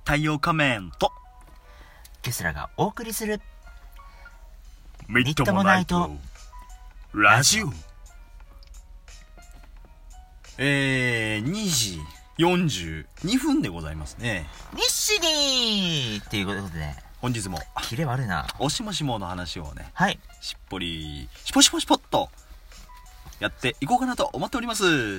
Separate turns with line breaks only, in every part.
太陽仮面と
ゲスラがお送りする
みっともないとラジオ。2時42分でございますね。
日誌にーっていうことでね、
本日も
キレ悪いな。
おしもしもの話をね、
はい、
しっぽしぽっとやっていこうかなと思っております。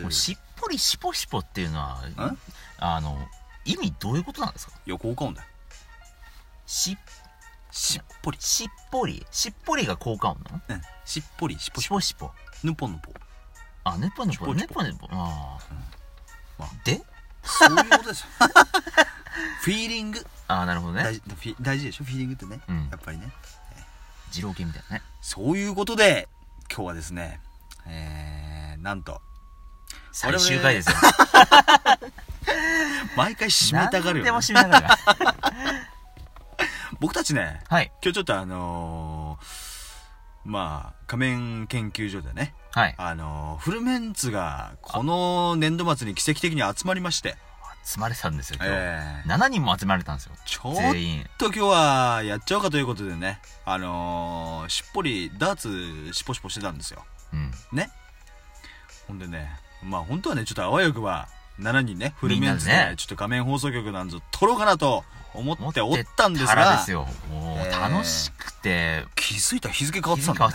しっぽりしぽしぽっていうのは意味どういうことなんですか？
いや、効果音だよ。しっぽり
が効果音なの？
うん。しっぽりしぽ
しぽしぽ。
ぬぽぬぽ。
あ、ぬぽぬぽ。ぬぽぬぽ。で？
そういうことですよ。フィーリング。
あ、なるほどね。
大事でしょ、フィーリングってね。
うん。
やっぱりね。
二郎系みたいなね。
そういうことで、今日はですね、なんと。
最終回ですよ。
毎回締めたがるよ、ね。
何でも締めたがる。
僕たちね、
はい、
今日ちょっと仮面研究所でね、
はい、
フルメンツがこの年度末に奇跡的に集まりまして、
集まれたんですよ今日、7人も集まれたんですよ。
ちょっと今日はやっちゃおうかということでね、しっぽりダーツしぽしぽしてたんですよ、うん、ね。ほんでね、本当はね、ちょっとあわよくば7人ね、フルメンツで、ね、ちょっと画面放送局なんぞ撮ろうかなと思っておったんですが、
ですよ。もう楽しくて、
気づいたら日付変わってたんだ、ね。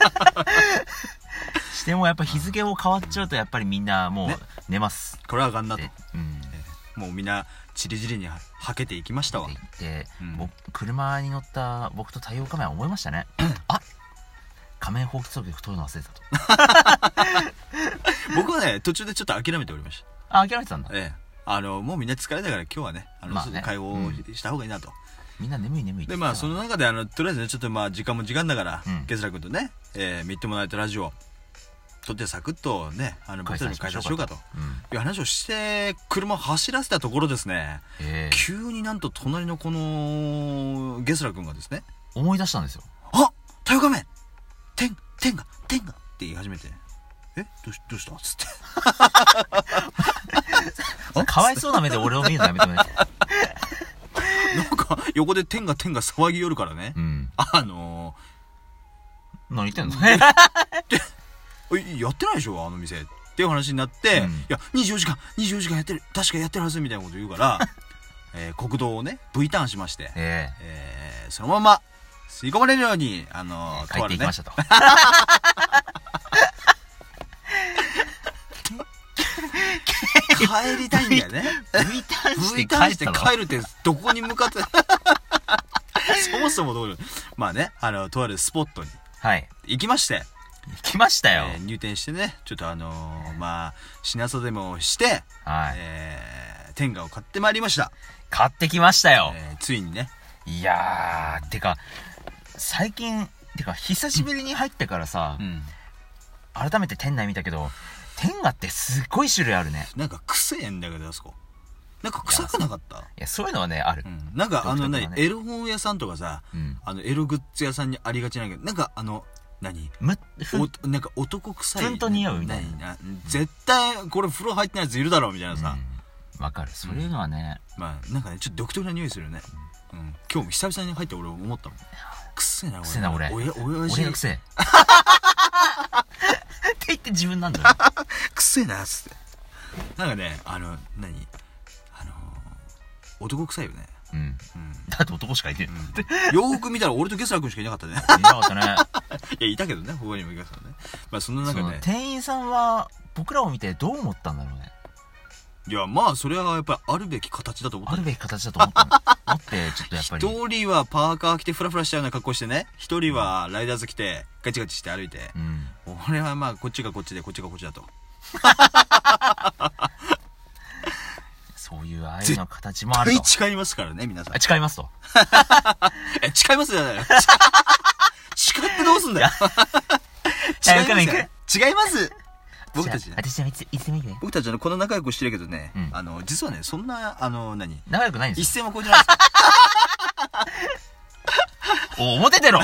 してもやっぱ日付を変わっちゃうとやっぱりみんなもう寝ます。
これはあかんなと。もうみんなチリチリにはけていきましたわ。
で、車に乗った僕と太陽仮面は思いましたね。あ、仮面放送局撮るの忘れたと。
僕はね、途中でちょっと諦めておりました。
あ、諦めてたんだ。
もうみんな疲れたから今日はね、会合した方がいいなと。みんな眠い
で、
その中でとりあえずね、ちょっと時間も時間だから、ゲスラ君とね、みっともないとラジオ撮ってサクッとね、僕たちの開催しようかという話をして、車を走らせたところですね、急になんと隣のこのゲスラ君がですね、
思い出したんですよ。
あ、太陽仮面天がって言い始めて、どうしたつって
かわいそうな目で俺を見るのやめてもらえ。
なんか横で天が騒ぎよるからね、
何言ってんの
やってないでしょあの店っていう話になって、いや24時間やってる、確かやってるはずみたいなこと言うから国道をね V ターンしまして、そのまま吸い込まれるように
帰っていきましたと。
帰りたいんだよね。
V ターンして
帰るってどこに向かってそもそもどうとあるスポットに行きまして、
来ましたよ。
入店してね、ちょっと品定めをして、天下を買ってまいりました。
買ってきましたよ。
ついにね。
いやー、最近久しぶりに入ってからさ、改めて店内見たけど、天下ってすっごい種類あるね。
なんか臭えんだけど、あそこなんか臭くなかった？
いや、そういうのはね、ある。
なんかエロ本屋さんとかさ、エログッズ屋さんにありがちなんだけど、なんかなんか男臭い。
ふんと似合うみたい
な。絶対これ風呂入ってないやついるだろうみたいなさ。
わかる。そういうのはね。
なんかね、ちょっと独特な匂いするよね。今日も久々に入って俺思ったもん。くせえな、
俺。俺がくせえ。って言って自分なんだよ。
くせえな、つって。なんかね、男臭いよね。
だって男しかいてん。
よーく見たら俺とゲスラ君しかいなかったね。
いなかったね。
いや、いたけどね、他にもいましたね。そんな中ね。
店員さんは僕らを見てどう思ったんだろうね。
いや、それはやっぱりあるべき形だと思った。
あるべき形だと思ったの。思って、ちょっとやっぱり。
一人はパーカー着てフラフラしたような格好してね。一人はライダーズ着て、ガチガチして歩いて。俺はこっちがこっちで、こっちがこっちだと。
そういうああいうの形もあると。
誓いますからね、皆さん。
誓いますと。
誓いますじゃないよ。誓ってどうすんだよ。違います。僕たち
私はいつでもいいね。
僕たちこの仲良くしてるけどね、実はね、そんな
仲良くないんですよ。
一線も越えてないです。
表出ろ。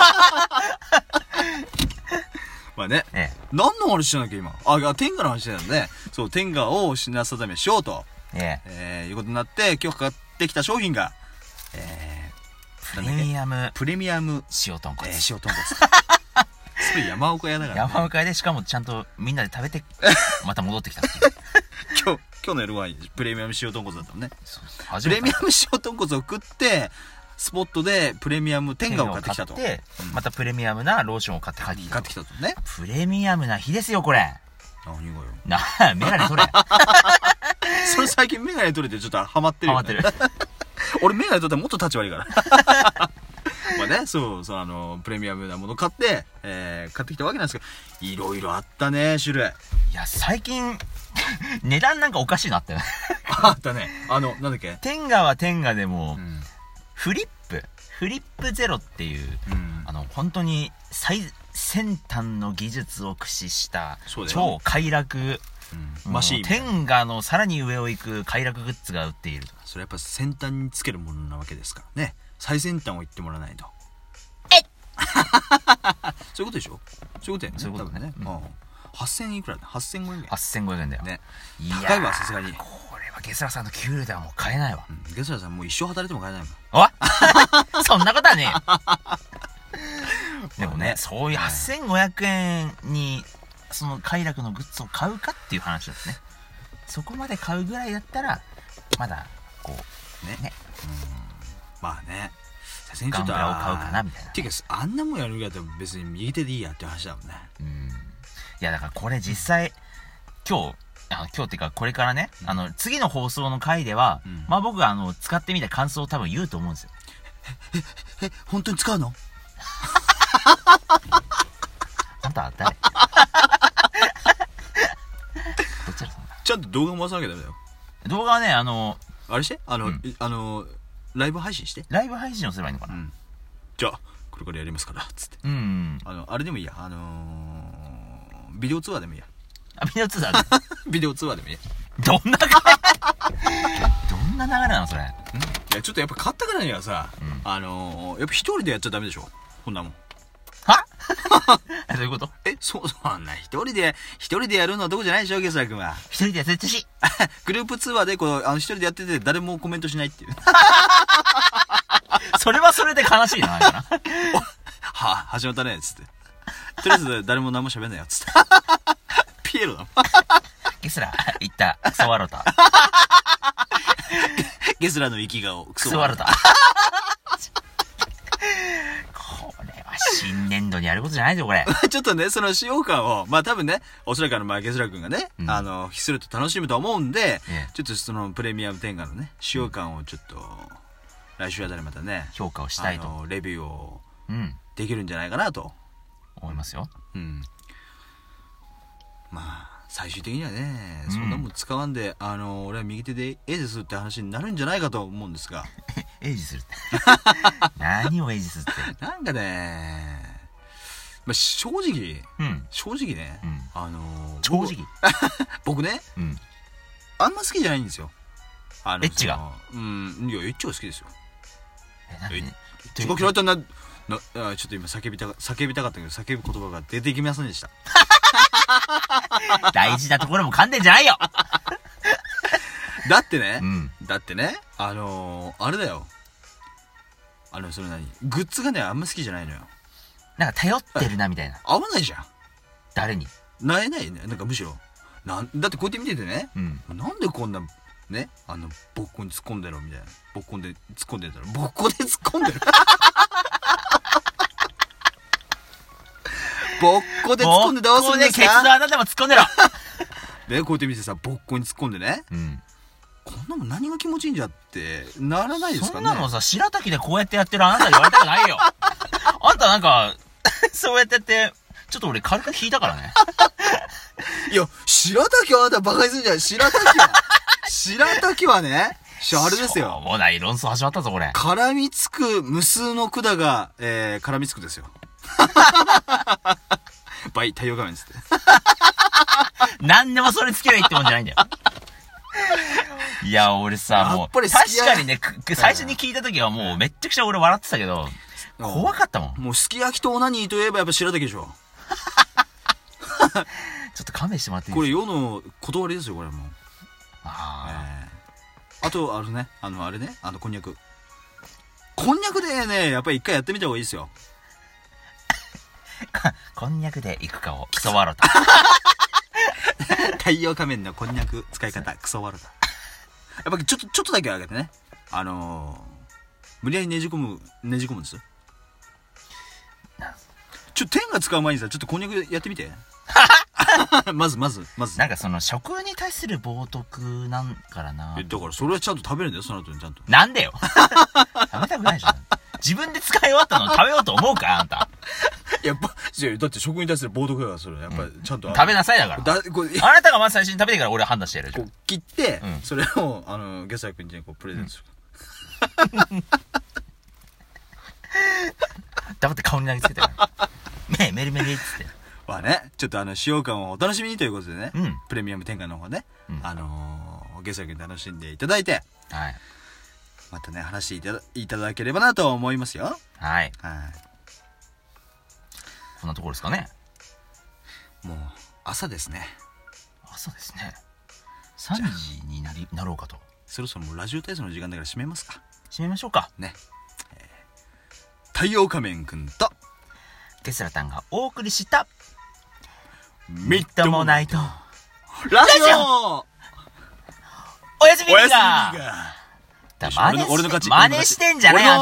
ね、何の話してんだっけ今。天下の話してたんで、そう、天下を品定めしようと。いうことになって、今日買っってきた商品が、
プレミアム塩豚骨。
塩豚骨。それ山岡屋だから、ね。
山岡屋で、しかもちゃんとみんなで食べて、また戻ってきたっていう。
今日の夜はプレミアム塩豚骨だったもんね。プレミアム塩豚骨を食って、スポットでプレミアム天下を買ってきたと。
またプレミアムなローションを買って帰ってきた。
買ってきたとね。
プレミアムな日ですよ、これ。
何がよ。
メガネ取れ。
それ最近メガネ取れてちょっとハマってるよ、ね。ハマってる。俺メガネ取ったらもっと立ち悪いから。まあね、そうプレミアムなもの買って、買ってきたわけなんですけど、いろいろあったね、種類。
いや、最近、値段なんかおかしいなってね。
あったね。なんだっけ？
天下は天下でも、フリップゼロっていう、本当に最先端の技術を駆使した、超快楽、マシン。天下のさらに上を行く快楽グッズが売っている。
それやっぱ先端につけるものなわけですからね。最先端を言ってもらわないと。そういうことでしょ？そういうことやね。
そういうことね。
8000円いくらだ？ 8500円。
8500円だよ。
ね。高いわ、さすがに。
これはゲスラさんの給料ではもう買えないわ。
ゲスラさんもう一生働いても買えないもん。
おそんなことはねえ。でもね、そういう8500円に、その快楽のグッズを買うかっていう話ですね。そこまで買うぐらいだったら、まだ、こう、ね。
まあね。
ガンプラを買うかなみたいな。
っていうか、あんなもんやるぐらいだったら別に右手でいいやって話だもんね。
いや、だからこれ実際、今日っていうかこれからね、次の放送の回では、まあ僕が使ってみた感想を多分言うと思うんですよ。
本当に使うの？
あんた誰？どっちだそんな。
ちゃんと動画も回さなきゃダメだよ。
動画はね、
あれしてライブ配信して。
ライブ配信をすればいいのかな。
じゃあ、これからやりますから、つって。あれでもいいや。ビデオ通話でもいいや。
ビデオ通話で
ビデオ通話でもいいや。
どんな流れなのそれ。
いや、ちょっとやっぱ買ったからにはさ、やっぱ一人でやっちゃダメでしょ。こんなもん。
はどういうこと？
そんな一人でやるのはどこじゃないでしょ、ゲスラ君は。
一人でやってほしい。
グループ通話で一人でやってて誰もコメントしないっていう。
それはそれで悲しいな。
始まったね、つって。とりあえず誰も何も喋んないよ、つって。ピエロだもん。
ゲスラ、言った、クソワロタ。
ゲスラの生き顔、
クソワロタ。これは新年度にやることじゃないぞ、これ。
ちょっとね、その使用感を、まあ多分ね、おそらくゲスラ君がね、ひすると楽しむと思うんで、ちょっとそのプレミアム天下のね、使用感をちょっと、来週あたりまたね、
評価をしたいと。
レビューを、できるんじゃないかなと。
思いますよ。
まあ、最終的にはね、そんなもん使わんで、俺は右手でエイジするって話になるんじゃないかと思うんですが。
エイジするって何をエイジするって。
なんかね、まあ、正直ね、
正直
僕ね、あんま好きじゃないんですよ。
エッチが。
いや、エッチが好きですよ。
エ
ッチが嫌いだな。ちょっと今叫びたかったけど、叫ぶ言葉が出てきませんでした。
大事なところも噛んでんじゃないよ。
だってね、あれだよ。それグッズがね、あんま好きじゃないのよ。
なんか頼ってるな、みたいな。
合わないじゃん。
誰に？
ないね。なんかむしろ。だってこうやって見ててね、なんでこんな、ね、ボッコに突っ込んでるみたいな。ボッコで突っ込んでる。ボッコで突っ込んでる。ボッコで突っ込んでどうするんですか？
ケツの穴でも突っ込んでろ。
で、こうやって見てさ、ボッコに突っ込んでね。こんなもん何が気持ちいいんじゃってならないですかね。
そんなのさ、白滝でこうやってやってるあなたに言われたくないよ。あんたなんか、そうやってやって、ちょっと俺軽く引いたからね。
いや、白滝はあなたバカにするんじゃない。白滝はね、あれですよ。
もうない論争始まったぞ、これ。
絡みつく無数の管が、絡みつくですよ。倍、太陽画面ですって。
なんでもそれつけりゃいいってもんじゃないんだよ。いや、俺さ、もう、確かにね、最初に聞いた時はもうめっちゃくちゃ俺笑ってたけど、怖かったもん。
もうすき焼きとオナニーといえばやっぱ白滝でしょ。
ちょっと勘弁してもらっていい
ですか？これ世の断りですよ、これもう。 あとねあれねこんにゃくでねやっぱり一回やってみた方がいいですよ。
こんにゃくでいくかをクソワロタ
太陽仮面のこんにゃく使い方クソワロタ。やっぱりちょっとだけ上げてね無理やりねじ込むんですよ。天が使う前にさちょっとこんにゃくやってみてまず
なんかその食に対する冒涜なんからな。
だからそれはちゃんと食べるんだよその後にちゃんと。
なんでよ食べたくないじゃん。自分で使い終わったの食べようと思うかあんた。
やっぱだって食に対する冒涜だからそれやっぱちゃんと、
食べなさいだからあなたがまず最初に食べてから俺は判断してやるじゃん。
切って、それをゲサ君にプレゼントする。
黙って顔に投げつけてメリメリっつって
まあねちょっと使用感をお楽しみにということでね、プレミアム天下の方ね、ゲサ君楽しんでいただいて、またね話していただければなと思いますよ。
はいこんなところですかね。
もう朝ですね。
朝ですね。3時になろうかと。
そろそろもうラジオ体操の時間だから締めますか。
締めましょうか
ね。太陽仮面くんと
ゲスラタンがお送りした
みっ
ともないと
ラジオ
おやすみが
俺の勝ち
真似してんじゃない